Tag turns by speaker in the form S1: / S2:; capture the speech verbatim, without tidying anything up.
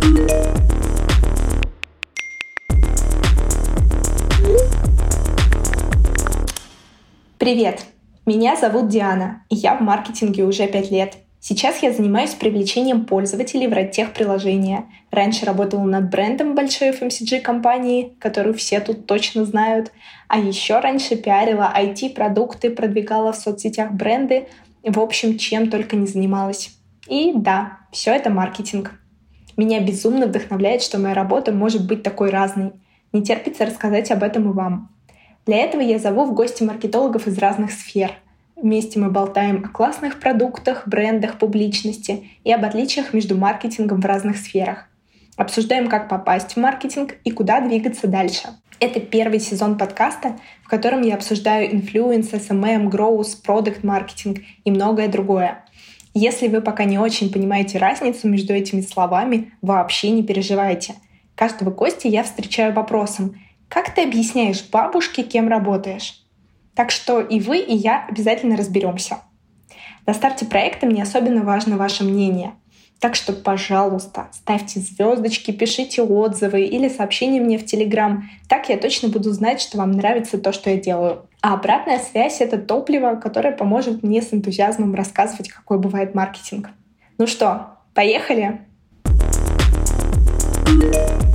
S1: Привет! Меня зовут Диана, и я в маркетинге уже пять лет. Сейчас я занимаюсь привлечением пользователей в RedTech-приложения. Раньше работала над брендом большой эф эм си джи-компании, которую все тут точно знают. А еще раньше пиарила ай ти-продукты, продвигала в соцсетях бренды. В общем, чем только не занималась. И да, все это маркетинг. Меня безумно вдохновляет, что моя работа может быть такой разной. Не терпится рассказать об этом и вам. Для этого я зову в гости маркетологов из разных сфер. Вместе мы болтаем о классных продуктах, брендах, публичности и об отличиях между маркетингом в разных сферах. Обсуждаем, как попасть в маркетинг и куда двигаться дальше. Это первый сезон подкаста, в котором я обсуждаю инфлюенс, эс эм эм, growth, продакт-маркетинг и многое другое. Если вы пока не очень понимаете разницу между этими словами, вообще не переживайте. Каждого гостя я встречаю вопросом: как ты объясняешь бабушке, кем работаешь? Так что и вы, и я обязательно разберемся. На старте проекта мне особенно важно ваше мнение. Так что, пожалуйста, ставьте звездочки, пишите отзывы или сообщения мне в Телеграм. Так я точно буду знать, что вам нравится то, что я делаю. А обратная связь — это топливо, которое поможет мне с энтузиазмом рассказывать, какой бывает маркетинг. Ну что, поехали?